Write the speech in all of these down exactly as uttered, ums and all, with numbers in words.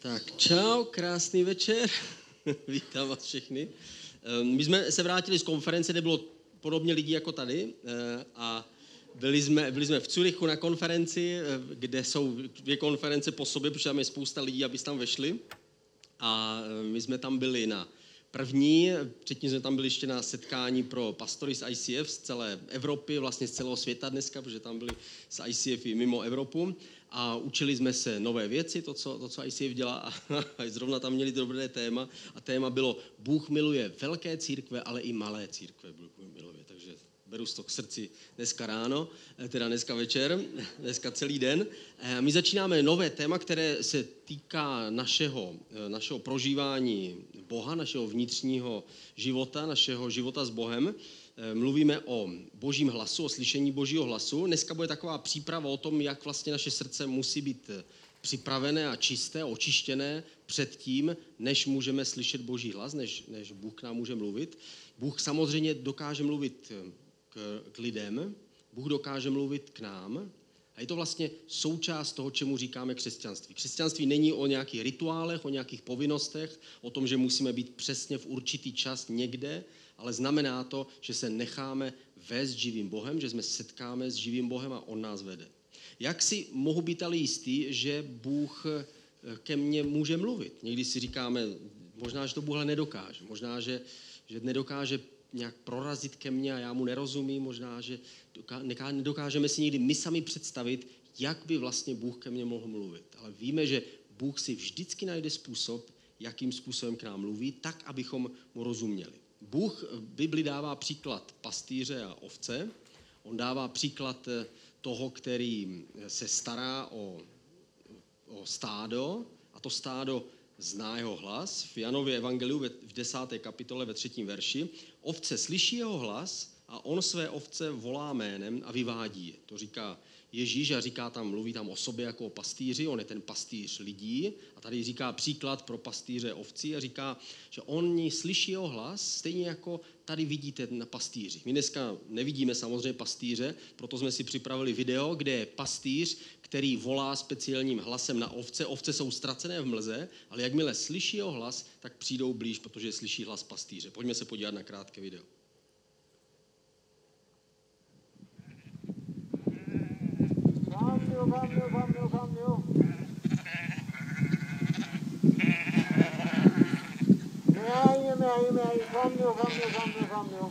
Tak čau, krásný večer. Vítám vás všechny. My jsme se vrátili z konference, kde bylo podobně lidí jako tady a byli jsme, byli jsme v Curychu na konferenci, kde jsou dvě konference po sobě, protože tam je spousta lidí, aby tam vešli. A my jsme tam byli na první, předtím jsme tam byli ještě na setkání pro pastory z I C F z celé Evropy, vlastně z celého světa dneska, protože tam byli z I C F i mimo Evropu. A učili jsme se nové věci, to, co, to, co I C F dělá, a, a zrovna tam měli dobré téma. A téma bylo, Bůh miluje velké církve, ale i malé církve Bůh miluje. Takže beru to k srdci dneska ráno, teda dneska večer, dneska celý den. A my začínáme nové téma, které se týká našeho, našeho prožívání Boha, našeho vnitřního života, našeho života s Bohem. Mluvíme o Božím hlasu, o slyšení Božího hlasu. Dneska bude taková příprava o tom, jak vlastně naše srdce musí být připravené a čisté, očištěné před tím, než můžeme slyšet Boží hlas, než, než Bůh k nám může mluvit. Bůh samozřejmě dokáže mluvit k, k lidem, Bůh dokáže mluvit k nám a je to vlastně součást toho, čemu říkáme křesťanství. Křesťanství není o nějakých rituálech, o nějakých povinnostech, o tom, že musíme být přesně v určitý čas někde, ale znamená to, že se necháme vést živým Bohem, že jsme setkáme s živým Bohem a on nás vede. Jak si mohu být ale jistý, že Bůh ke mně může mluvit? Někdy si říkáme, možná, že to Bůh ale nedokáže, možná, že, že nedokáže nějak prorazit ke mně a já mu nerozumím, možná, že nedokážeme si někdy my sami představit, jak by vlastně Bůh ke mně mohl mluvit. Ale víme, že Bůh si vždycky najde způsob, jakým způsobem k nám mluví, tak, abychom mu rozuměli. Bůh v Bibli dává příklad pastýře a ovce. On dává příklad toho, který se stará o, o stádo a to stádo zná jeho hlas. V Janově evangeliu v desáté kapitole ve třetím verši ovce slyší jeho hlas a on své ovce volá jménem a vyvádí je. To říká Ježíš a říká tam, mluví tam o sobě jako o pastýři, on je ten pastýř lidí a tady říká příklad pro pastýře ovcí a říká, že oni slyší jeho hlas, stejně jako tady vidíte na pastýři. My dneska nevidíme samozřejmě pastýře, proto jsme si připravili video, kde je pastýř, který volá speciálním hlasem na ovce. Ovce jsou ztracené v mlze, ale jakmile slyší jeho hlas, tak přijdou blíž, protože slyší hlas pastýře. Pojďme se podívat na krátké video. Come, come, come, come, come. Meia, meia, meia. Come, come, come, come.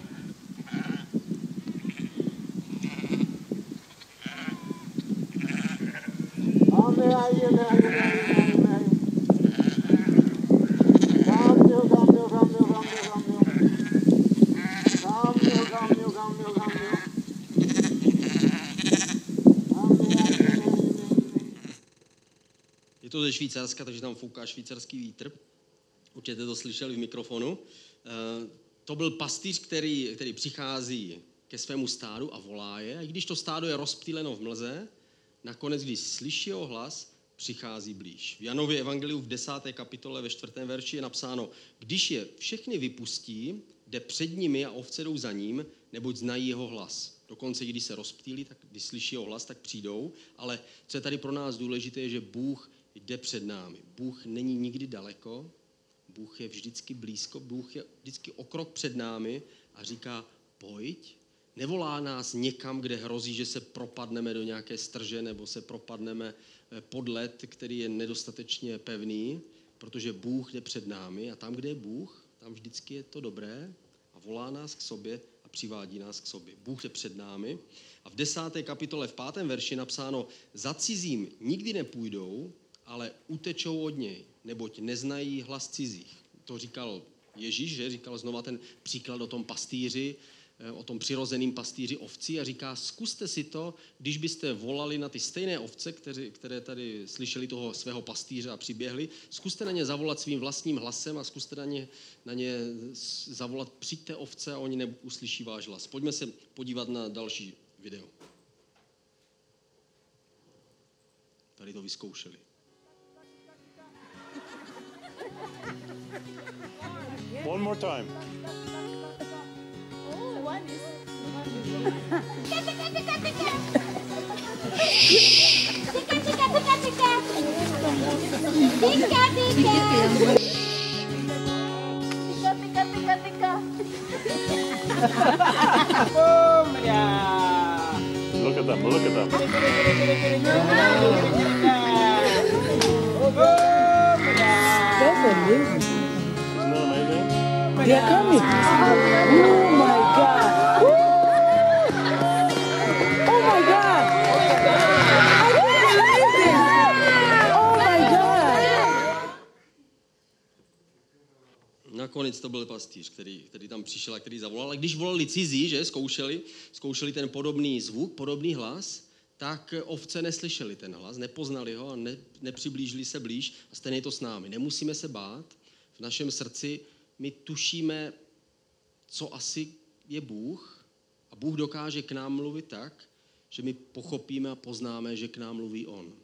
Come, meia, meia, meia, meia. Come, come, come, come, come. Come, come, come, come. Je to ze Švýcarska, takže tam fouká švýcarský vítr. Určitě to slyšeli v mikrofonu. To byl pastýř, který, který přichází ke svému stádu a volá je. A když to stádo je rozptýleno v mlze, nakonec, když slyší jeho hlas, přichází blíž. V Janově evangeliu v desáté kapitole ve čtvrtém verši je napsáno, když je všechny vypustí, jde před nimi a ovce jdou za ním, neboť znají jeho hlas. Dokonce, když se rozptýlí, tak když slyší jeho hlas, tak přijdou. Ale co je tady pro nás důležité, je, že Bůh jde před námi. Bůh není nikdy daleko, Bůh je vždycky blízko, Bůh je vždycky o krok před námi a říká, pojď. Nevolá nás někam, kde hrozí, že se propadneme do nějaké strže nebo se propadneme pod led, který je nedostatečně pevný, protože Bůh jde před námi a tam, kde je Bůh, tam vždycky je to dobré a volá nás k sobě a přivádí nás k sobě. Bůh jde před námi a v desáté kapitole v pátém verši napsáno, za cizím nikdy nepůjdou, ale utečou od něj, neboť neznají hlas cizích. To říkal Ježíš, že? Říkal znova ten příklad o tom pastýři, o tom přirozeným pastýři ovcí a říká, zkuste si to, když byste volali na ty stejné ovce, které, které tady slyšeli toho svého pastýře a přiběhli, zkuste na ně zavolat svým vlastním hlasem a zkuste na ně, na ně zavolat, přijďte ovce a oni neuslyší váš hlas. Pojďme se podívat na další video. Tady to vyzkoušeli. One more time. Oh, one is. Tika, tika, tika, tika. Tika, tika. Tika, tika, tika, tika. Look at them, look at them. That's amazing. Isn't that amazing? They're coming. Oh my God. Woo! Oh my God. I can't believe this. Oh my God. Nakonec to byl pastýř, který, který tam přišel a který zavolal. Ale když volali cizí, že, zkoušeli, zkoušeli ten podobný zvuk, podobný hlas, tak ovce neslyšeli ten hlas, nepoznali ho a ne, nepřiblížili se blíž. A stejně je to s námi. Nemusíme se bát. V našem srdci my tušíme, co asi je Bůh. A Bůh dokáže k nám mluvit tak, že my pochopíme a poznáme, že k nám mluví On.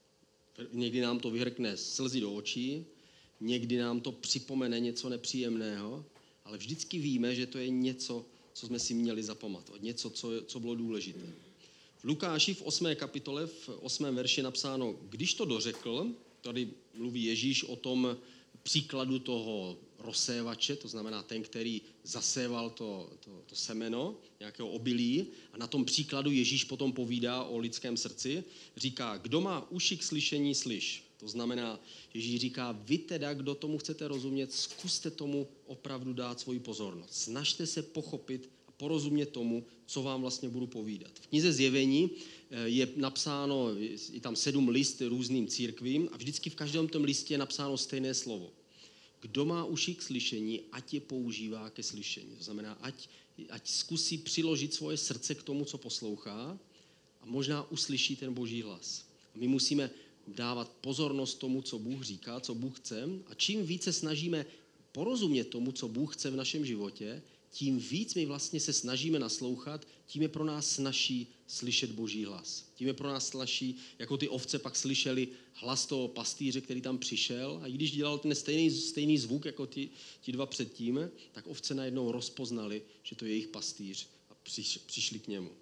Někdy nám to vyhrkne slzy do očí, někdy nám to připomene něco nepříjemného, ale vždycky víme, že to je něco, co jsme si měli zapamatovat. Něco, co, co bylo důležité. V Lukáši v osmé kapitole, v osmém verši je napsáno, když to dořekl, tady mluví Ježíš o tom příkladu toho rozsévače, to znamená ten, který zaséval to, to, to semeno, nějakého obilí, a na tom příkladu Ježíš potom povídá o lidském srdci, říká, kdo má uši k slyšení, slyš. To znamená, Ježíš říká, vy teda, kdo tomu chcete rozumět, zkuste tomu opravdu dát svoji pozornost. Snažte se pochopit a porozumět tomu, co vám vlastně budu povídat. V knize Zjevení je napsáno, je tam sedm list různým církvím a vždycky v každém tom listě je napsáno stejné slovo. Kdo má uši k slyšení, ať je používá ke slyšení. To znamená, ať, ať zkusí přiložit svoje srdce k tomu, co poslouchá a možná uslyší ten Boží hlas. A my musíme dávat pozornost tomu, co Bůh říká, co Bůh chce. A čím více snažíme porozumět tomu, co Bůh chce v našem životě, tím víc my vlastně se snažíme naslouchat, tím je pro nás snaží slyšet Boží hlas. Tím je pro nás snaží, jako ty ovce pak slyšeli hlas toho pastýře, který tam přišel, a i když dělal ten stejný, stejný zvuk jako ti, ti dva předtím, tak ovce najednou rozpoznali, že to je jejich pastýř a přiš, přišli k němu.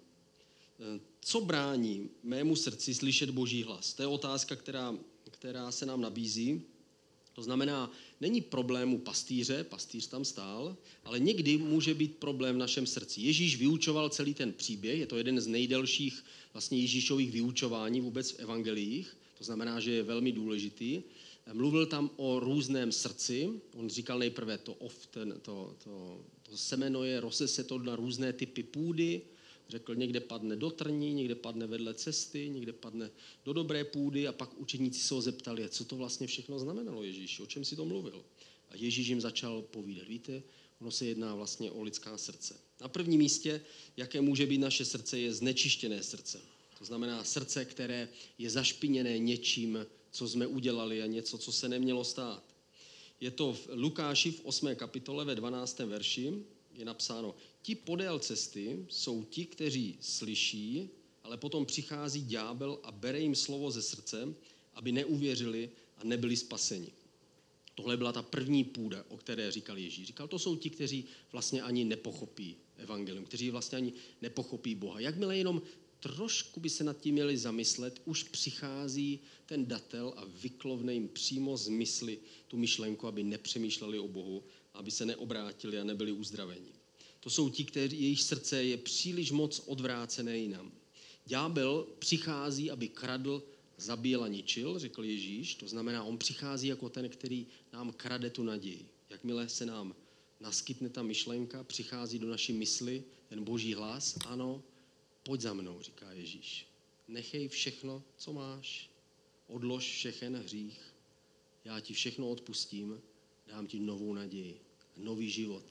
Co brání mému srdci slyšet Boží hlas? To je otázka, která, která se nám nabízí. To znamená, není problém u pastýře, pastýř tam stál, ale někdy může být problém v našem srdci. Ježíš vyučoval celý ten příběh, je to jeden z nejdelších vlastně Ježíšových vyučování vůbec v evangeliích, to znamená, že je velmi důležitý. Mluvil tam o různém srdci, on říkal nejprve to, of, ten, to, to, to semeno je, roze se to na různé typy půdy, řekl, někde padne do trní, někde padne vedle cesty, někde padne do dobré půdy a pak učeníci se ho zeptali, co to vlastně všechno znamenalo Ježíši, o čem si to mluvil. A Ježíš jim začal povídat, víte, ono se jedná vlastně o lidská srdce. Na prvním místě, jaké může být naše srdce, je znečištěné srdce. To znamená srdce, které je zašpiněné něčím, co jsme udělali a něco, co se nemělo stát. Je to v Lukáši v osmé kapitole ve dvanáctém verši, je napsáno, ti podél cesty jsou ti, kteří slyší, ale potom přichází ďábel a bere jim slovo ze srdce, aby neuvěřili a nebyli spaseni. Tohle byla ta první půda, o které říkal Ježíš. Říkal, to jsou ti, kteří vlastně ani nepochopí evangelium, kteří vlastně ani nepochopí Boha. Jakmile jenom trošku by se nad tím měli zamyslet, už přichází ten datel a vyklovne jim přímo z mysli tu myšlenku, aby nepřemýšleli o Bohu, aby se neobrátili a nebyli uzdraveni. To jsou ti, kteří, jejich srdce je příliš moc odvrácené jinam. Ďábel přichází, aby kradl, zabíjel a ničil, řekl Ježíš. To znamená, on přichází jako ten, který nám krade tu naději. Jakmile se nám naskytne ta myšlenka, přichází do naší mysli ten Boží hlas, ano, pojď za mnou, říká Ježíš. Nechej všechno, co máš, odlož všechen hřích, já ti všechno odpustím, dám ti novou naději, nový život.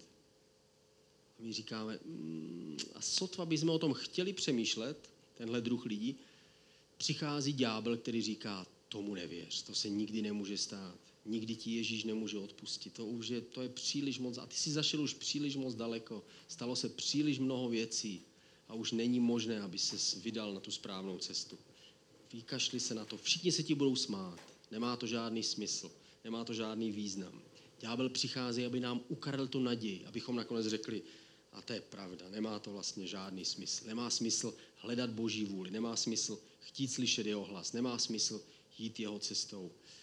A my říkáme, mm, a sotva bychom o tom chtěli přemýšlet, tenhle druh lidí, přichází ďábel, který říká, tomu nevěř, to se nikdy nemůže stát. Nikdy ti Ježíš nemůže odpustit. To už je, to je příliš moc. A ty jsi zašel už příliš moc daleko. Stalo se příliš mnoho věcí a už není možné, aby ses vydal na tu správnou cestu. Vykašli se na to. Všichni se ti budou smát. Nemá to žádný smysl. Nemá to žádný význam. Ďábel přichází, aby nám ukradl tu naději, abychom nakonec řekli, a to je pravda, nemá to vlastně žádný smysl. Nemá smysl hledat Boží vůli. Nemá smysl chtít slyšet jeho hlas. Nemá smysl jít jeho cestou.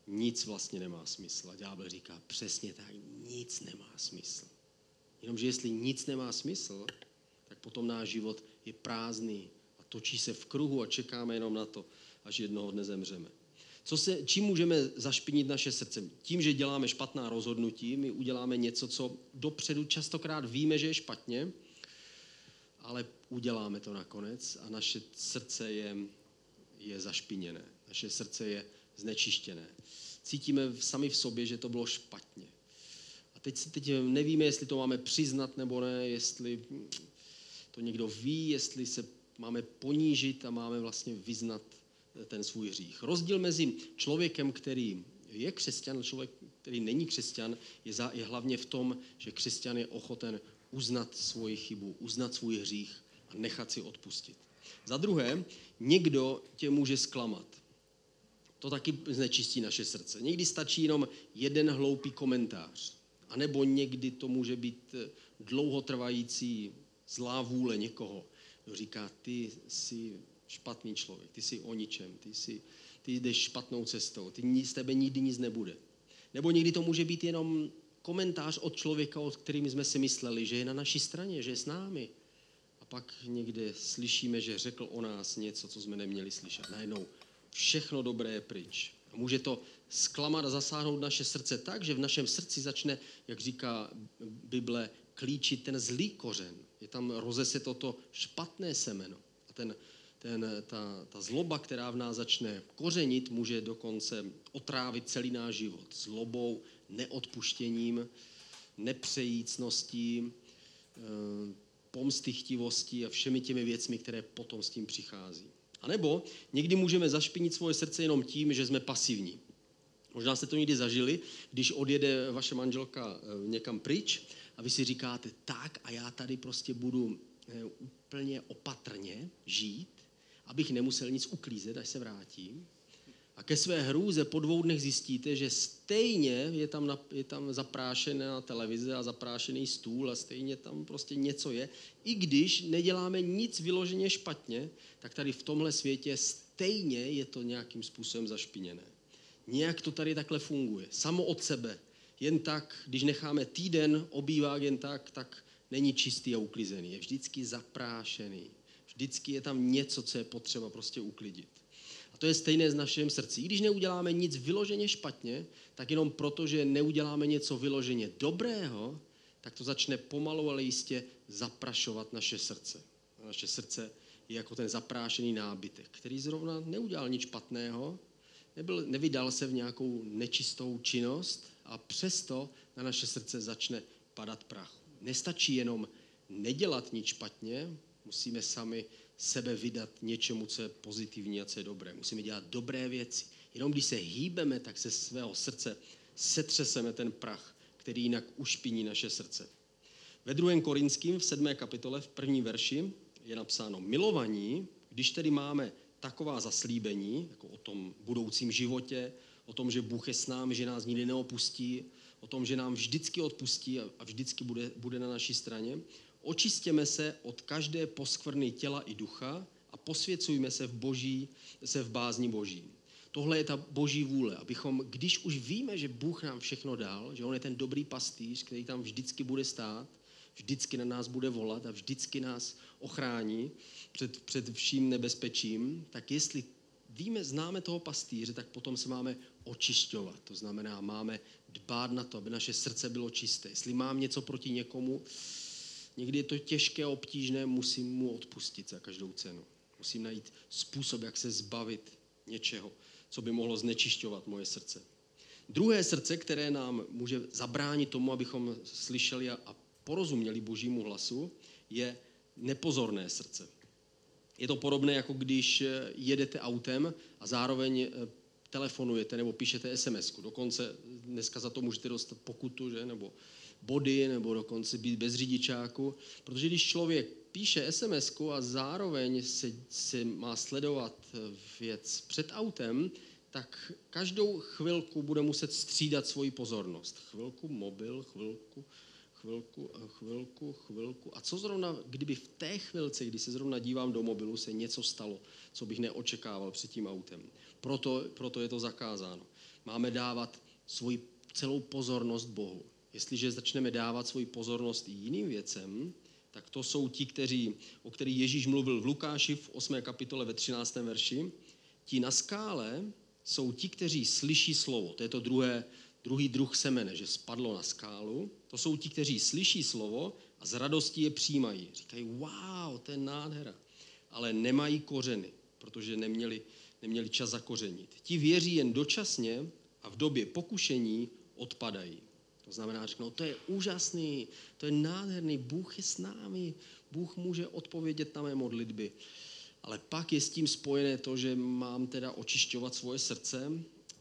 nic vlastně nemá smysl. A ďábel říká, přesně tak, nic nemá smysl. Jenomže jestli nic nemá smysl, tak potom náš život je prázdný a točí se v kruhu a čekáme jenom na to, až jednoho dne zemřeme. Co se, čím můžeme zašpinit naše srdce? Tím, že děláme špatná rozhodnutí, my uděláme něco, co dopředu častokrát víme, že je špatně, ale uděláme to nakonec a naše srdce je, je zašpiněné. Naše srdce je znečištěné. Cítíme sami v sobě, že to bylo špatně. A teď, teď nevíme, jestli to máme přiznat nebo ne, jestli to někdo ví, jestli se máme ponížit a máme vlastně vyznat ten svůj hřích. Rozdíl mezi člověkem, který je křesťan, a člověk, který není křesťan, je, za, je hlavně v tom, že křesťan je ochoten uznat svoji chybu, uznat svůj hřích a nechat si odpustit. Za druhé, někdo tě může zklamat. To taky znečistí naše srdce. Někdy stačí jenom jeden hloupý komentář. A nebo někdy to může být dlouhotrvající zlá vůle někoho, kdo říká, ty jsi špatný člověk, ty jsi o ničem, ty, jsi, ty jdeš špatnou cestou, ty, z tebe nikdy nic nebude. Nebo někdy to může být jenom komentář od člověka, od kterým jsme si mysleli, že je na naší straně, že je s námi. A pak někde slyšíme, že řekl o nás něco, co jsme neměli slyšet. Najednou všechno dobré je pryč. A může to zklamat a zasáhnout naše srdce tak, že v našem srdci začne, jak říká Bible, klíčit ten zlý kořen. Je tam rozese toto špatné semeno. A ten, ten, ta, ta zloba, která v nás začne kořenit, může dokonce otrávit celý náš život. Zlobou, neodpuštěním, nepřejícností, pomstychtivostí a všemi těmi věcmi, které potom s tím přichází. A nebo někdy můžeme zašpinit svoje srdce jenom tím, že jsme pasivní. Možná jste to někdy zažili, když odjede vaše manželka někam pryč a vy si říkáte, tak a já tady prostě budu úplně opatrně žít, abych nemusel nic uklízet, až se vrátím. A ke své hrůze po dvou dnech zjistíte, že stejně je tam, na, je tam zaprášená televize a zaprášený stůl a stejně tam prostě něco je. I když neděláme nic vyloženě špatně, tak tady v tomhle světě stejně je to nějakým způsobem zašpiněné. Nějak to tady takhle funguje. Samo od sebe. Jen tak, když necháme týden obývák jen tak, tak není čistý a uklizený. Je vždycky zaprášený. Vždycky je tam něco, co je potřeba prostě uklidit. A to je stejné s naším srdcí. Když neuděláme nic vyloženě špatně, tak jenom proto, že neuděláme něco vyloženě dobrého, tak to začne pomalu, ale jistě zaprašovat naše srdce. A naše srdce je jako ten zaprášený nábytek, který zrovna neudělal nic špatného, nebyl, nevydal se v nějakou nečistou činnost a přesto na naše srdce začne padat prach. Nestačí jenom nedělat nic špatně, musíme sami sebe vydat něčemu, co je pozitivní a co je dobré. Musíme dělat dobré věci. Jenom když se hýbeme, tak se svého srdce setřeseme ten prach, který jinak ušpiní naše srdce. Ve druhém Korinským v sedmé kapitole v prvním verši je napsáno milovaní, když tedy máme taková zaslíbení, jako o tom budoucím životě, o tom, že Bůh je s námi, že nás nikdy neopustí, o tom, že nám vždycky odpustí a vždycky bude, bude na naší straně, očistěme se od každé poskvrny těla i ducha a posvěcujme se v, boží, se v bázni boží. Tohle je ta boží vůle, abychom, když už víme, že Bůh nám všechno dal, že on je ten dobrý pastýř, který tam vždycky bude stát, vždycky na nás bude volat a vždycky nás ochrání před, před vším nebezpečím, tak jestli víme, známe toho pastýře, tak potom se máme očišťovat. To znamená, máme dbát na to, aby naše srdce bylo čisté. Jestli mám něco proti někomu, někdy je to těžké a obtížné, musím mu odpustit za každou cenu. Musím najít způsob, jak se zbavit něčeho, co by mohlo znečišťovat moje srdce. Druhé srdce, které nám může zabránit tomu, abychom slyšeli a porozuměli Božímu hlasu, je nepozorné srdce. Je to podobné, jako když jedete autem a zároveň telefonujete nebo píšete es em esku. Dokonce dneska za to můžete dostat pokutu, že? Nebo body, nebo dokonce být bez řidičáku. Protože když člověk píše es em esku a zároveň se, se má sledovat věc před autem, tak každou chvilku bude muset střídat svoji pozornost. Chvilku mobil, chvilku, chvilku, chvilku, chvilku. A co zrovna, kdyby v té chvilce, kdy se zrovna dívám do mobilu, se něco stalo, co bych neočekával před tím autem. Proto, proto je to zakázáno. máme dávat svoji celou pozornost Bohu. Jestliže začneme dávat svoji pozornost i jiným věcem, tak to jsou ti, kteří, o kterých Ježíš mluvil v Lukáši v osmé kapitole ve třináctém verši. Ti na skále jsou ti, kteří slyší slovo. To je to druhé, druhý druh semene, že spadlo na skálu. To jsou ti, kteří slyší slovo a z radostí je přijímají. Říkají, wow, to je nádhera. Ale nemají kořeny, protože neměli, neměli čas zakořenit. Ti věří jen dočasně a v době pokušení odpadají. To znamená, řeknou, to je úžasný, to je nádherný, Bůh je s námi, Bůh může odpovědět na mé modlitby. Ale pak je s tím spojené to, že mám teda očišťovat svoje srdce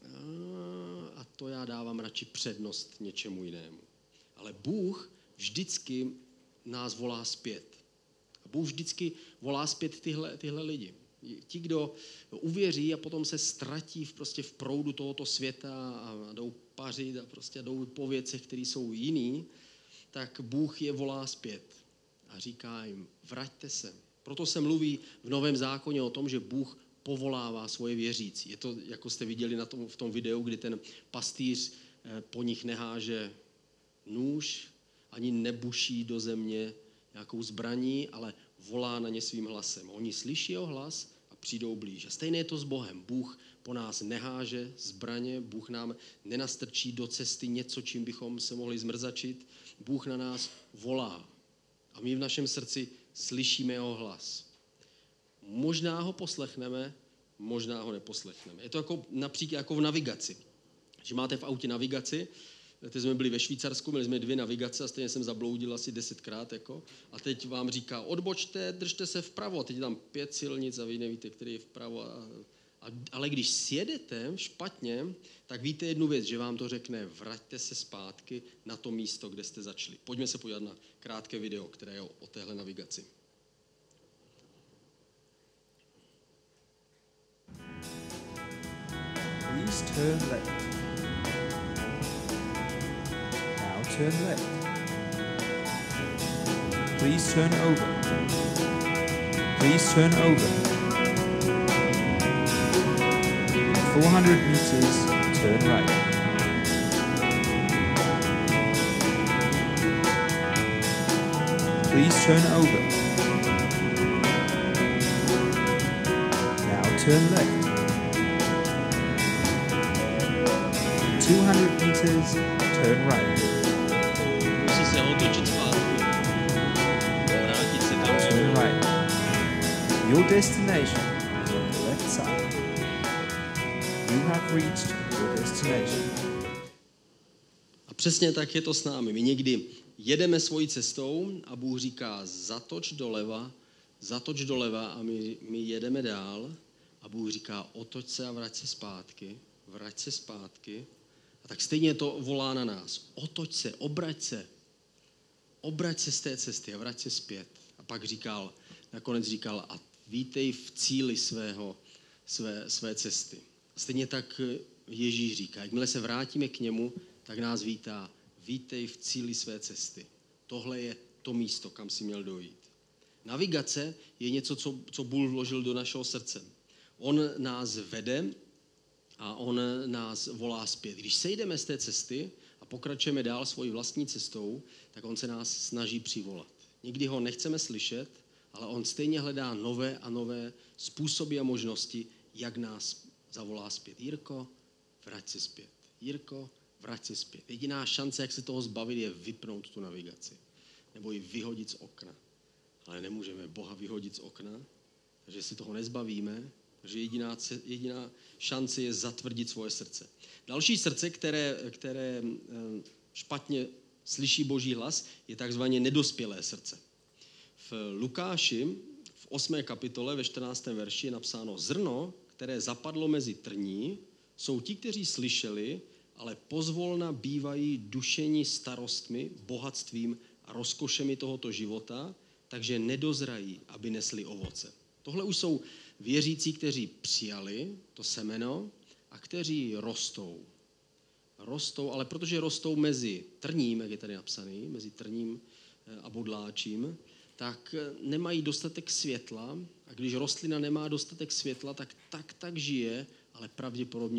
a to já dávám radši přednost něčemu jinému. Ale Bůh vždycky nás volá zpět. A Bůh vždycky volá zpět tyhle, tyhle lidi. Ti, kdo uvěří a potom se ztratí v, prostě v proudu tohoto světa a jdou pařit a prostě jdou po věcech, které jsou jiný, tak Bůh je volá zpět a říká jim, vraťte se. Proto se mluví v Novém zákoně o tom, že Bůh povolává svoje věřící. Je to, jako jste viděli na tom, v tom videu, kdy ten pastýř po nich neháže nůž, ani nebuší do země nějakou zbraní, ale volá na ně svým hlasem. Oni slyší jeho hlas a přijdou blíž. A stejné je to s Bohem. Bůh po nás neháže zbraně, Bůh nám nenastrčí do cesty něco, čím bychom se mohli zmrzačit. Bůh na nás volá. A my v našem srdci slyšíme jeho hlas. Možná ho poslechneme, možná ho neposlechneme. Je to jako, například jako v navigaci. Že máte v autě navigaci, teď jsme byli ve Švýcarsku, měli jsme dvě navigace a stejně jsem zabloudil asi desetkrát. Jako, a teď vám říká, odbočte, držte se vpravo. A teď je tam pět silnic a vy nevíte, který je vpravo. A, a, ale když sjedete špatně, tak víte jednu věc, že vám to řekne, vraťte se zpátky na to místo, kde jste začali. Pojďme se podívat na krátké video, které je o, o téhle navigaci. Please turn left. Now turn left. Please turn over. Please turn over. In four hundred meters, turn right. Please turn over. Now turn left. two hundred meters, turn right. Musí se otočit zpátky. Vrátit se tam. Turn right. Your destination is on the left side. You have reached your destination. A přesně tak je to s námi. My někdy jedeme svojí cestou a Bůh říká zatoč doleva, zatoč doleva a my, my jedeme dál a Bůh říká otoč se a vrať se zpátky, vrať se zpátky. A tak stejně to volá na nás. Otoč se, obrať se. Obrať se z té cesty a vrať se zpět. A pak říkal, nakonec říkal, a vítej v cíli svého, své, své cesty. A stejně tak Ježíš říká, jakmile se vrátíme k němu, tak nás vítá, vítej v cíli své cesty. Tohle je to místo, kam si měl dojít. Navigace je něco, co, co Bůh vložil do našeho srdce. On nás vede a on nás volá zpět. Když sejdeme z té cesty a pokračujeme dál svojí vlastní cestou, tak on se nás snaží přivolat. Někdy ho nechceme slyšet, ale on stejně hledá nové a nové způsoby a možnosti, jak nás zavolá zpět. Jirko, vrať se zpět. Jirko, vrať se zpět. Jediná šance, jak se toho zbavit, je vypnout tu navigaci. Nebo ji vyhodit z okna. Ale nemůžeme Boha vyhodit z okna, takže si toho nezbavíme, takže jediná, jediná šance je zatvrdit svoje srdce. Další srdce, které, které špatně slyší Boží hlas, je takzvaně nedospělé srdce. V Lukáši v osmé kapitole ve čtrnáctém verši je napsáno zrno, které zapadlo mezi trní, jsou ti, kteří slyšeli, ale pozvolna bývají dušeni starostmi, bohatstvím a rozkošemi tohoto života, takže nedozrají, aby nesli ovoce. Tohle už jsou věřící, kteří přijali to semeno a kteří rostou. Rostou, ale protože rostou mezi trním, jak je tady napsaný, mezi trním a bodláčím, tak nemají dostatek světla a když rostlina nemá dostatek světla, tak tak, tak žije, ale pravděpodobně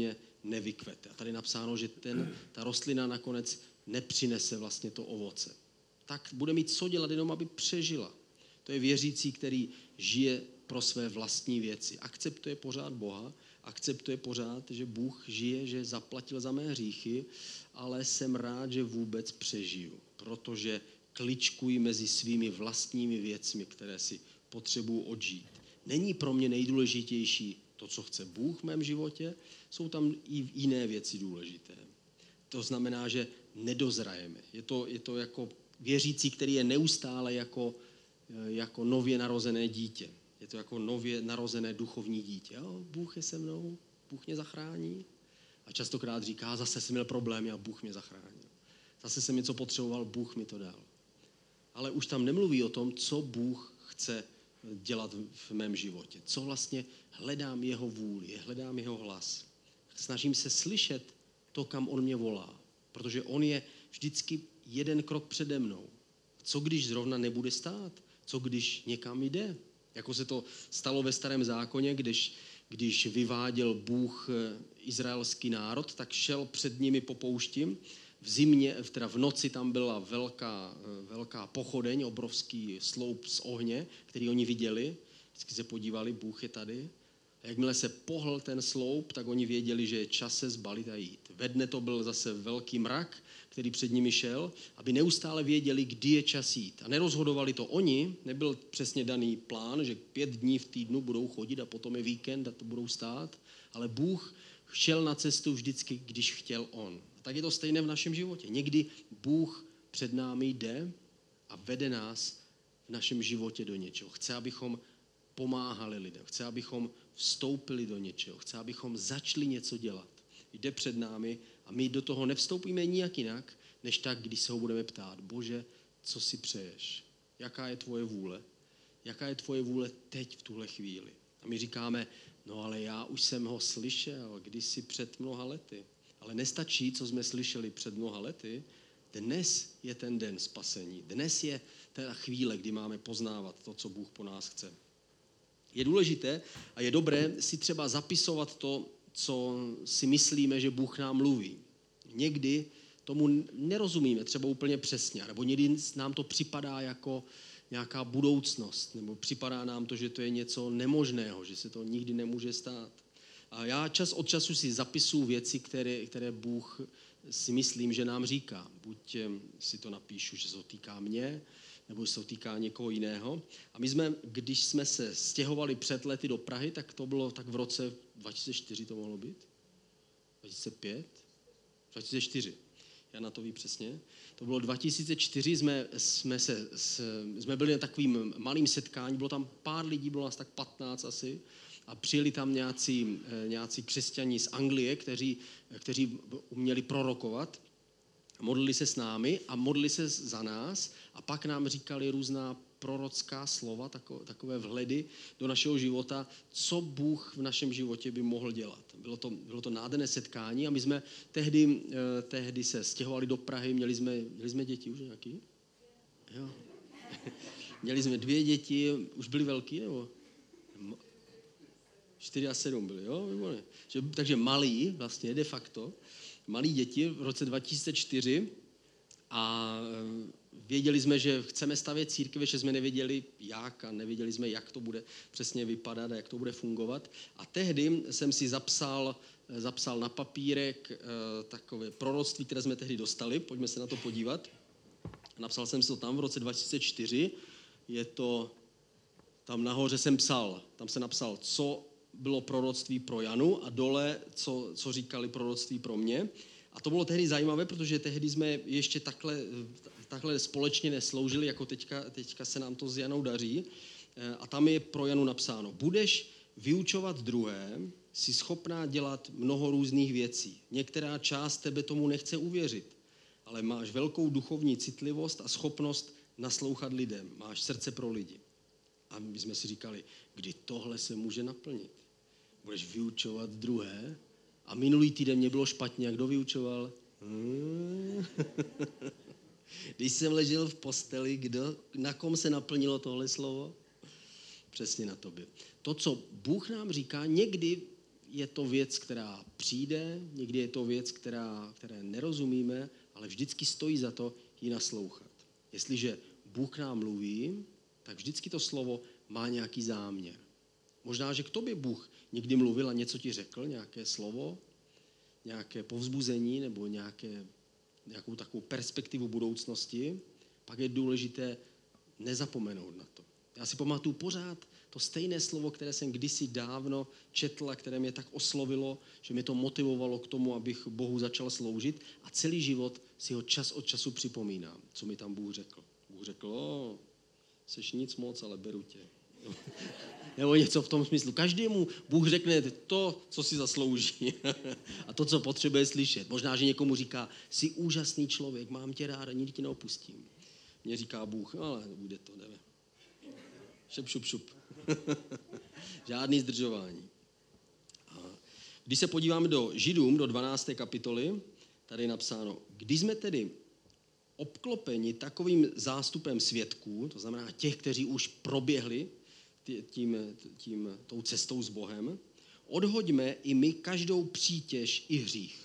nevykvete. A tady je napsáno, že ten, ta rostlina nakonec nepřinese vlastně to ovoce. Tak bude mít co dělat jenom, aby přežila. To je věřící, který žije pro své vlastní věci. Akceptuje pořád Boha, akceptuje pořád, že Bůh žije, že zaplatil za mé hříchy, ale jsem rád, že vůbec přežiju, protože kličkuji mezi svými vlastními věcmi, které si potřebuji odžít. Není pro mě nejdůležitější to, co chce Bůh v mém životě, jsou tam i jiné věci důležité. To znamená, že nedozrajeme. Je to, je to jako věřící, který je neustále jako, jako nově narozené dítě. Je to jako nově narozené duchovní dítě. Jo, Bůh je se mnou, Bůh mě zachrání. A častokrát říká, zase jsem měl problémy a Bůh mě zachránil. Zase jsem něco potřeboval, Bůh mi to dal. Ale už tam nemluví o tom, co Bůh chce dělat v mém životě. Co vlastně hledám jeho vůli, hledám jeho hlas. Snažím se slyšet to, kam on mě volá. Protože on je vždycky jeden krok přede mnou. Co když zrovna nebude stát? Co když někam jde? Jako se to stalo ve Starém zákoně, když, když vyváděl Bůh izraelský národ, tak šel před nimi po poušti. V zimě, teda v noci tam byla velká, velká pochodeň, obrovský sloup z ohně, který oni viděli. Vždycky se podívali, Bůh je tady. A jakmile se pohl ten sloup, tak oni věděli, že je čas se zbalit a jít. Ve dne to byl zase velký mrak, který před nimi šel, aby neustále věděli, kdy je čas jít. A nerozhodovali to oni, nebyl přesně daný plán, že pět dní v týdnu budou chodit a potom je víkend a to budou stát, ale Bůh šel na cestu vždycky, když chtěl on. A tak je to stejné v našem životě. Někdy Bůh před námi jde a vede nás v našem životě do něčeho. Chce, abychom pomáhali lidem, chce, abychom vstoupili do něčeho, chce, abychom začali něco dělat. Jde před námi a my do toho nevstoupíme nijak jinak, než tak, když se ho budeme ptát, Bože, co si přeješ? Jaká je tvoje vůle? Jaká je tvoje vůle teď v tuhle chvíli? A my říkáme, no ale já už jsem ho slyšel kdysi před mnoha lety. Ale nestačí, co jsme slyšeli před mnoha lety. Dnes je ten den spasení. Dnes je ta chvíle, kdy máme poznávat to, co Bůh po nás chce. Je důležité a je dobré si třeba zapisovat to, co si myslíme, že Bůh nám mluví. Někdy tomu nerozumíme třeba úplně přesně, nebo někdy nám to připadá jako nějaká budoucnost, nebo připadá nám to, že to je něco nemožného, že se to nikdy nemůže stát. A já čas od času si zapisuju věci, které, které Bůh si myslím, že nám říká. Buď si to napíšu, že se to týká mě, nebo že se to týká někoho jiného. A my jsme, když jsme se stěhovali před lety do Prahy, tak to bylo tak v roce dva tisíce čtyři to mohlo být? dva tisíce pět? dva tisíce čtyři. Jana to ví přesně. To bylo dva tisíce čtyři, jsme, jsme, se, jsme byli na takovým malým setkání, bylo tam pár lidí, bylo nás tak patnáct asi, a přijeli tam nějací, nějací křesťaní z Anglie, kteří, kteří uměli prorokovat, modlili se s námi a modlili se za nás a pak nám říkali různá prorocká slova, takové vhledy do našeho života, co Bůh v našem životě by mohl dělat. Bylo to, bylo to nádherné setkání a my jsme tehdy, tehdy se stěhovali do Prahy, měli jsme, měli jsme děti už nějaký? Jo. Měli jsme dvě děti, už byly velký, nebo? Čtyři a sedm byly, jo? Takže malí, vlastně de facto, malí děti v roce dva tisíce čtyři a věděli jsme, že chceme stavět církev, že jsme nevěděli jak a nevěděli jsme, jak to bude přesně vypadat a jak to bude fungovat. A tehdy jsem si zapsal, zapsal na papírek takové proroctví, které jsme tehdy dostali, pojďme se na to podívat. Napsal jsem si to tam v roce dva tisíce čtyři, je to, tam nahoře jsem psal, tam se napsal, co bylo proroctví pro Janu a dole, co, co říkali proroctví pro mě. A to bylo tehdy zajímavé, protože tehdy jsme ještě takhle, takhle společně nesloužili, jako teďka, teďka se nám to s Janou daří. A tam je pro Janu napsáno, budeš vyučovat druhé, jsi schopná dělat mnoho různých věcí. Některá část tebe tomu nechce uvěřit, ale máš velkou duchovní citlivost a schopnost naslouchat lidem. Máš srdce pro lidi. A my jsme si říkali, kdy tohle se může naplnit. Budeš vyučovat druhé. A minulý týden mě bylo špatně. Jak kdo vyučoval? Hmm. Když jsem ležel v posteli, kdo, na kom se naplnilo tohle slovo? Přesně na tobě. To, co Bůh nám říká, někdy je to věc, která přijde, někdy je to věc, která, které nerozumíme, ale vždycky stojí za to ji naslouchat. Jestliže Bůh nám mluví, tak vždycky to slovo má nějaký záměr. Možná, že k tobě Bůh někdy mluvil a něco ti řekl, nějaké slovo, nějaké povzbuzení nebo nějaké, nějakou takovou perspektivu budoucnosti, pak je důležité nezapomenout na to. Já si pamatuju pořád to stejné slovo, které jsem kdysi dávno četl a které mě tak oslovilo, že mě to motivovalo k tomu, abych Bohu začal sloužit a celý život si ho čas od času připomínám, co mi tam Bůh řekl. Bůh řekl, o, seš nic moc, ale beru tě. Nebo něco v tom smyslu. Každému Bůh řekne to, co si zaslouží a to, co potřebuje slyšet. Možná, že někomu říká, jsi úžasný člověk, mám tě rád a nikdy tě neopustím. Mně říká Bůh, ale bude to, jdeme. Šup, šup, šup. Žádný zdržování. A když se podíváme do Židům, do dvanácté kapitoly, tady je napsáno, když jsme tedy obklopeni takovým zástupem svědků, to znamená těch, kteří už proběhli tím, tím, tou cestou s Bohem, odhoďme i my každou přítěž i hřích,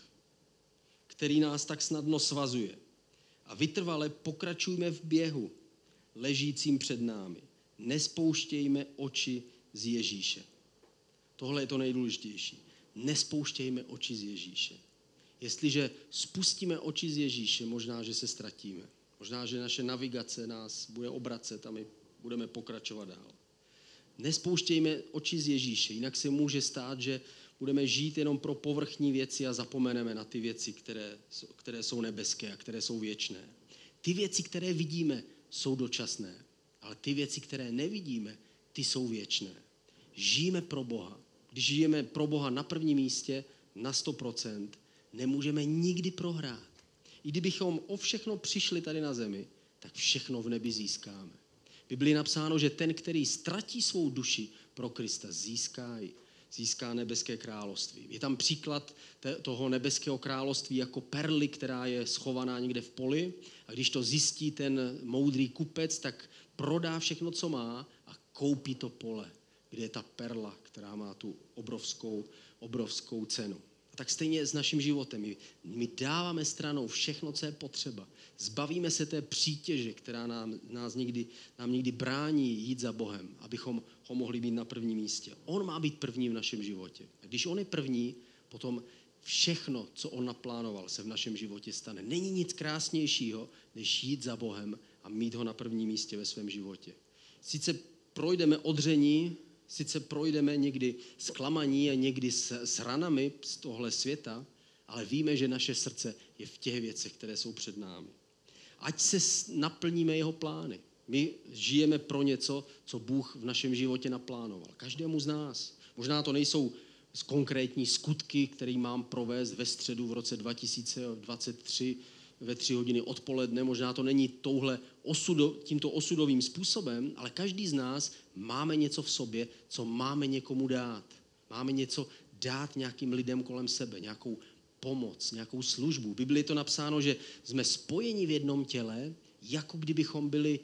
který nás tak snadno svazuje. A vytrvale pokračujme v běhu, ležícím před námi. Nespouštějme oči z Ježíše. Tohle je to nejdůležitější. Nespouštějme oči z Ježíše. Jestliže spustíme oči z Ježíše, možná, že se ztratíme. Možná, že naše navigace nás bude obracet a my budeme pokračovat dál. Nespouštějme oči z Ježíše, jinak se může stát, že budeme žít jenom pro povrchní věci a zapomeneme na ty věci, které, které jsou nebeské a které jsou věčné. Ty věci, které vidíme, jsou dočasné, ale ty věci, které nevidíme, ty jsou věčné. Žijeme pro Boha. Když žijeme pro Boha na prvním místě, na sto procent, nemůžeme nikdy prohrát. I kdybychom o všechno přišli tady na zemi, tak všechno v nebi získáme. V Biblii je napsáno, že ten, který ztratí svou duši pro Krista, získá, získá nebeské království. Je tam příklad toho nebeského království jako perly, která je schovaná někde v poli a když to zjistí ten moudrý kupec, tak prodá všechno, co má a koupí to pole, kde je ta perla, která má tu obrovskou, obrovskou cenu. A tak stejně s naším životem. My, my dáváme stranou všechno, co je potřeba. Zbavíme se té přítěže, která nám, nás někdy, nám někdy brání jít za Bohem, abychom ho mohli být na prvním místě. On má být první v našem životě. A když on je první, potom všechno, co on naplánoval, se v našem životě stane. Není nic krásnějšího, než jít za Bohem a mít ho na prvním místě ve svém životě. Sice projdeme odření, sice projdeme někdy zklamaní a někdy s, s ranami z tohle světa, ale víme, že naše srdce je v těch věcech, které jsou před námi. Ať se naplníme jeho plány. My žijeme pro něco, co Bůh v našem životě naplánoval. Každému z nás. Možná to nejsou konkrétní skutky, které mám provést ve středu v roce dva tisíce dvacet tři ve tři hodiny odpoledne. Možná to není touhle osudo, tímto osudovým způsobem, ale každý z nás máme něco v sobě, co máme někomu dát. Máme něco dát nějakým lidem kolem sebe, nějakou pomoc, nějakou službu. V Biblii je to napsáno, že jsme spojeni v jednom těle, jako kdybychom byli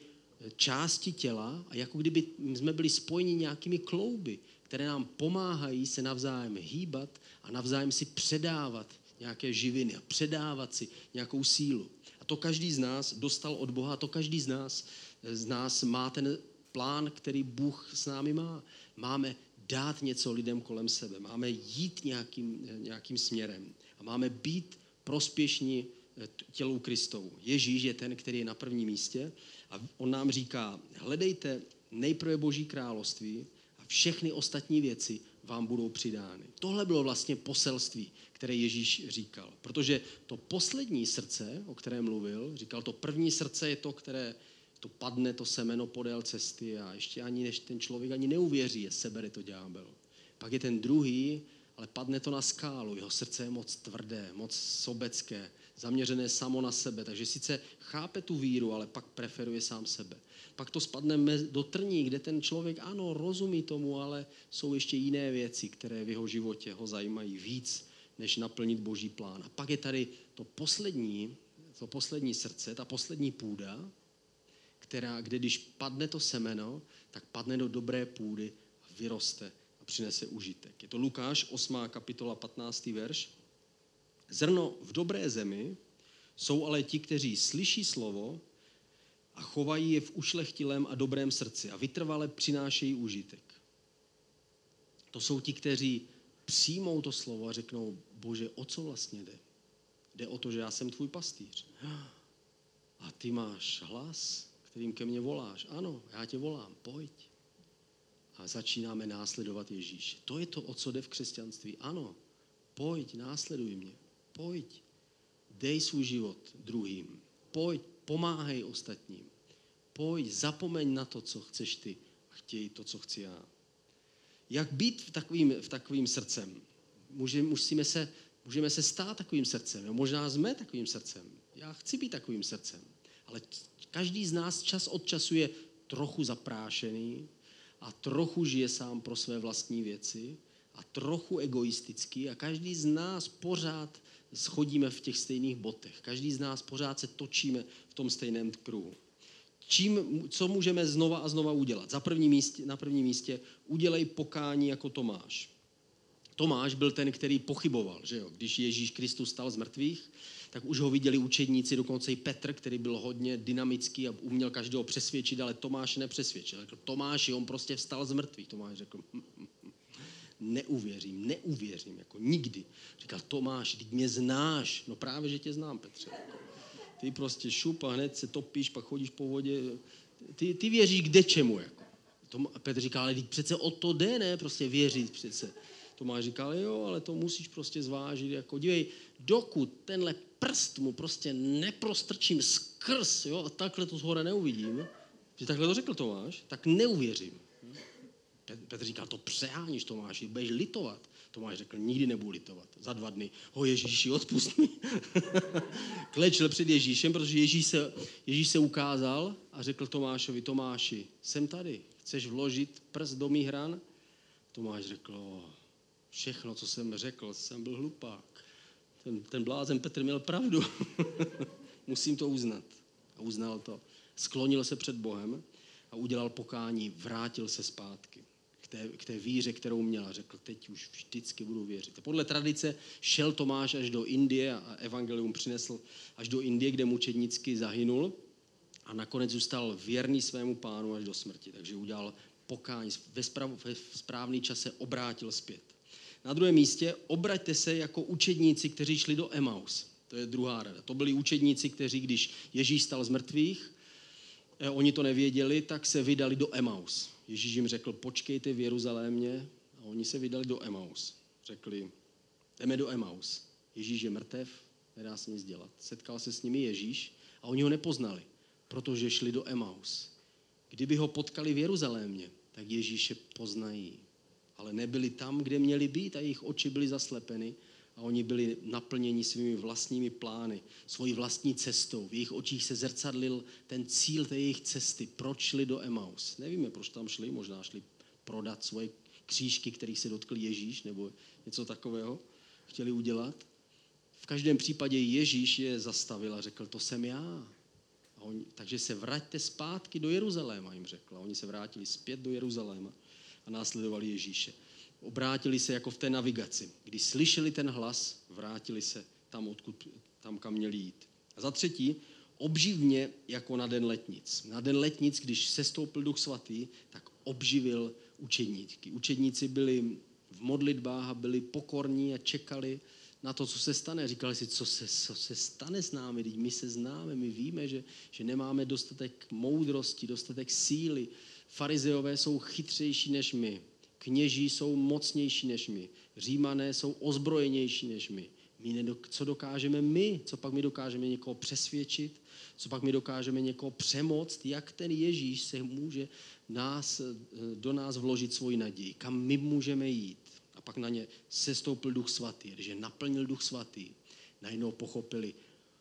části těla a jako kdyby jsme byli spojeni nějakými klouby, které nám pomáhají se navzájem hýbat a navzájem si předávat nějaké živiny a předávat si nějakou sílu. A to každý z nás dostal od Boha, a to každý z nás, z nás má ten plán, který Bůh s námi má. Máme dát něco lidem kolem sebe, máme jít nějakým, nějakým směrem a máme být prospěšní tělu Kristovu. Ježíš je ten, který je na prvním místě a on nám říká, hledejte nejprve Boží království a všechny ostatní věci vám budou přidány. Tohle bylo vlastně poselství, které Ježíš říkal. Protože to poslední srdce, o kterém mluvil, říkal, to první srdce je to, které to padne, to semeno podél cesty a ještě ani než ten člověk ani neuvěří, je sebere to ďábel. Pak je ten druhý, ale padne to na skálu, jeho srdce je moc tvrdé, moc sobecké, zaměřené samo na sebe, takže sice chápe tu víru, ale pak preferuje sám sebe. Pak to spadne do trní, kde ten člověk, ano, rozumí tomu, ale jsou ještě jiné věci, které v jeho životě ho zajímají víc, než naplnit Boží plán. A pak je tady to poslední, to poslední srdce, ta poslední půda, která, kde když padne to semeno, tak padne do dobré půdy a vyroste a přinese užitek. Je to Lukáš, osmá kapitola, patnáctý verš. Zrno v dobré zemi jsou ale ti, kteří slyší slovo a chovají je v ušlechtilém a dobrém srdci a vytrvale přinášejí užitek. To jsou ti, kteří přijmou to slovo a řeknou, Bože, o co vlastně jde? Jde o to, že já jsem tvůj pastýř. A ty máš hlas, kterým ke mně voláš. Ano, já tě volám, pojď. A začínáme následovat Ježíše. To je to, o co jde v křesťanství. Ano, pojď, následuj mě. Pojď, dej svůj život druhým. Pojď, pomáhej ostatním. Pojď, zapomeň na to, co chceš ty a chtěj to, co chci já. Jak být v takovým, v takovým srdcem? Může, musíme se, můžeme se stát takovým srdcem. Jo? Možná jsme takovým srdcem. Já chci být takovým srdcem. Ale každý z nás čas od času je trochu zaprášený a trochu žije sám pro své vlastní věci a trochu egoistický a každý z nás pořád schodíme v těch stejných botech. Každý z nás pořád se točíme v tom stejném kruhu. Čím, co můžeme znova a znova udělat? Za první místě, na prvním místě udělej pokání jako Tomáš. Tomáš byl ten, který pochyboval, že jo? Když Ježíš Kristus stal z mrtvých, tak už ho viděli učedníci, dokonce i Petr, který byl hodně dynamický a uměl každého přesvědčit, ale Tomáš nepřesvědčil. Řekl, Tomáši, on prostě vstal z mrtvých. Tomáš řekl, hm, hm, hm, neuvěřím, neuvěřím, jako nikdy. Říkal, Tomáš, teď mě znáš. No právě, že tě znám, Petře. Ty prostě šup a hned se topíš, pak chodíš po vodě. Ty, ty věříš kde čemu, jako. Tom, Petr říkal, ale teď přece o to jde, ne, prostě věřit přece. Tomáš říkal, jo, ale to musíš prostě zvážit, jako dívej, dokud tenhle prst mu prostě neprostrčím skrz, jo, a takhle to zhora neuvidím, že takhle to řekl Tomáš, tak neuvěřím. Petr říkal, to přeháníš, Tomáši, budeš litovat. Tomáš řekl, nikdy nebudu litovat. Za dva dny, ho Ježíši, odpust mi. Klečel před Ježíšem, protože Ježíš se, Ježíš se ukázal a řekl Tomášovi, Tomáši, jsem tady, chceš vložit prst do mých ran? Tomáš řekl, všechno, co jsem řekl, jsem byl hlupák. Ten, ten blázen Petr měl pravdu. Musím to uznat. A uznal to. Sklonil se před Bohem a udělal pokání, vrátil se zpátky k té, k té víře, kterou měl. Řekl, teď už vždycky budu věřit. A podle tradice šel Tomáš až do Indie a evangelium přinesl až do Indie, kde mučednicky zahynul a nakonec zůstal věrný svému pánu až do smrti. Takže udělal pokání, ve, sprav, ve správný čase obrátil zpět. Na druhém místě obraťte se jako učedníci, kteří šli do Emaus. To je druhá rada. To byli učedníci, kteří, když Ježíš stal z mrtvých, eh, oni to nevěděli, tak se vydali do Emaus. Ježíš jim řekl, počkejte v Jeruzalémě, a oni se vydali do Emaus. Řekli, jdeme do Emaus. Ježíš je mrtev, nedá se nic dělat. Setkal se s nimi Ježíš a oni ho nepoznali, protože šli do Emaus. Kdyby ho potkali v Jeruzalémě, tak Ježíše poznají. Ale nebyli tam, kde měli být a jejich oči byly zaslepeny a oni byli naplněni svými vlastními plány, svojí vlastní cestou. V jejich očích se zrcadlil ten cíl té jejich cesty. Proč šli do Emaus? Nevíme, proč tam šli, možná šli prodat svoje křížky, kterých se dotkl Ježíš, nebo něco takového chtěli udělat. V každém případě Ježíš je zastavil a řekl, to jsem já. A oni, takže se vraťte zpátky do Jeruzaléma, jim řekl. A oni se vrátili zpět do Jeruzaléma a následovali Ježíše. Obrátili se jako v té navigaci. Když slyšeli ten hlas, vrátili se tam, odkud, tam kam měli jít. A za třetí, obživ mě jako na den letnic. Na den letnic, když sestoupil Duch Svatý, tak obživil učedníky. Učedníci byli v modlitbách a byli pokorní a čekali na to, co se stane. Říkali si, co se, co se stane s námi, teď my se známe, my víme, že, že nemáme dostatek moudrosti, dostatek síly. Farizeové jsou chytřejší než my, kněží jsou mocnější než my, Římané jsou ozbrojenější než my. my nedok- co dokážeme my? Co pak my dokážeme někoho přesvědčit? Co pak my dokážeme někoho přemoct? Jak ten Ježíš se může nás, do nás vložit svoji naději? Kam my můžeme jít? A pak na ně sestoupil Duch Svatý. Když je naplnil Duch Svatý, najednou pochopili,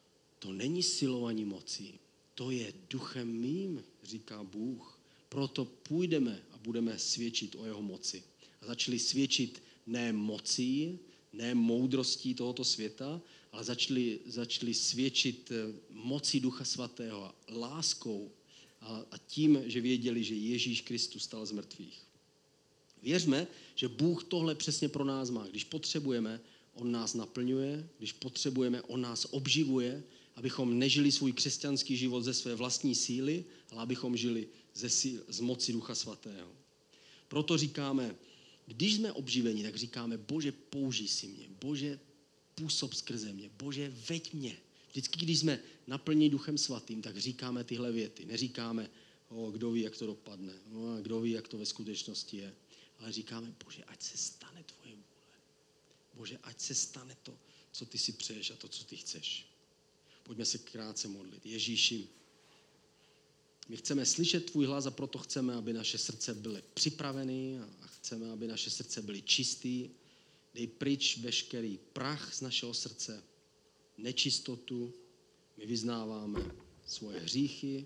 to není silou ani mocí, to je duchem mým, říká Bůh. Proto půjdeme a budeme svědčit o jeho moci. A začali svědčit ne mocí, ne moudrostí tohoto světa, ale začali, začali svědčit mocí Ducha Svatého, láskou a, a tím, že věděli, že Ježíš Kristus stal z mrtvých. Věřme, že Bůh tohle přesně pro nás má. Když potřebujeme, on nás naplňuje, když potřebujeme, on nás obživuje, abychom nežili svůj křesťanský život ze své vlastní síly, ale abychom žili ze síl, z moci Ducha Svatého. Proto říkáme, když jsme obživeni, tak říkáme, Bože, použij si mě, Bože, působ skrze mě, Bože, veď mě. Vždycky, když jsme naplněni Duchem Svatým, tak říkáme tyhle věty. Neříkáme, o, kdo ví, jak to dopadne, o, kdo ví, jak to ve skutečnosti je. Ale říkáme, Bože, ať se stane tvoje vůle. Bože, ať se stane to, co ty si přeješ a to, co ty chceš. Pojďme se krátce modlit. Ježíši, my chceme slyšet tvůj hlas a proto chceme, aby naše srdce byly připraveny a chceme, aby naše srdce byly čistý. Dej pryč veškerý prach z našeho srdce, nečistotu. My vyznáváme svoje hříchy.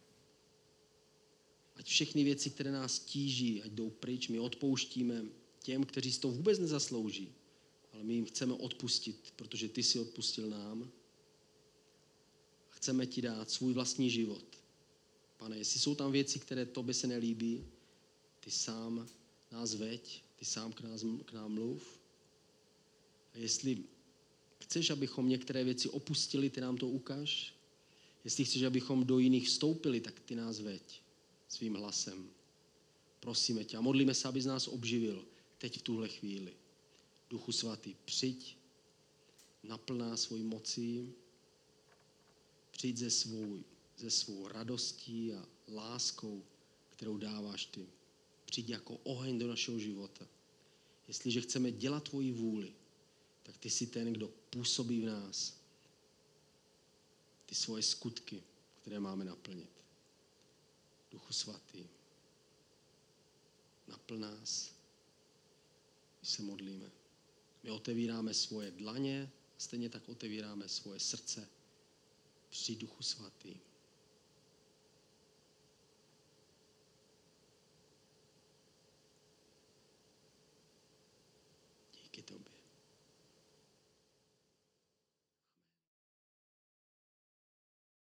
Ať všechny věci, které nás tíží, ať jdou pryč. My odpouštíme těm, kteří si to vůbec nezaslouží. Ale my jim chceme odpustit, protože ty jsi odpustil nám. Chceme ti dát svůj vlastní život. Pane, jestli jsou tam věci, které tobě se nelíbí, ty sám nás veď, ty sám k, nás, k nám mluv. A jestli chceš, abychom některé věci opustili, ty nám to ukaž. Jestli chceš, abychom do jiných vstoupili, tak ty nás veď svým hlasem. Prosíme tě a modlíme se, aby z nás obživil teď v tuhle chvíli. Duchu Svatý, přijď, naplň nás svojí mocí, přijď ze svou, ze svou radostí a láskou, kterou dáváš ty. Přijď jako oheň do našeho života. Jestliže chceme dělat tvoji vůli, tak ty jsi ten, kdo působí v nás ty svoje skutky, které máme naplnit. Duchu Svatý, naplň nás, my se modlíme. My otevíráme svoje dlaně, stejně tak otevíráme svoje srdce. Přijď, Duchu Svatý.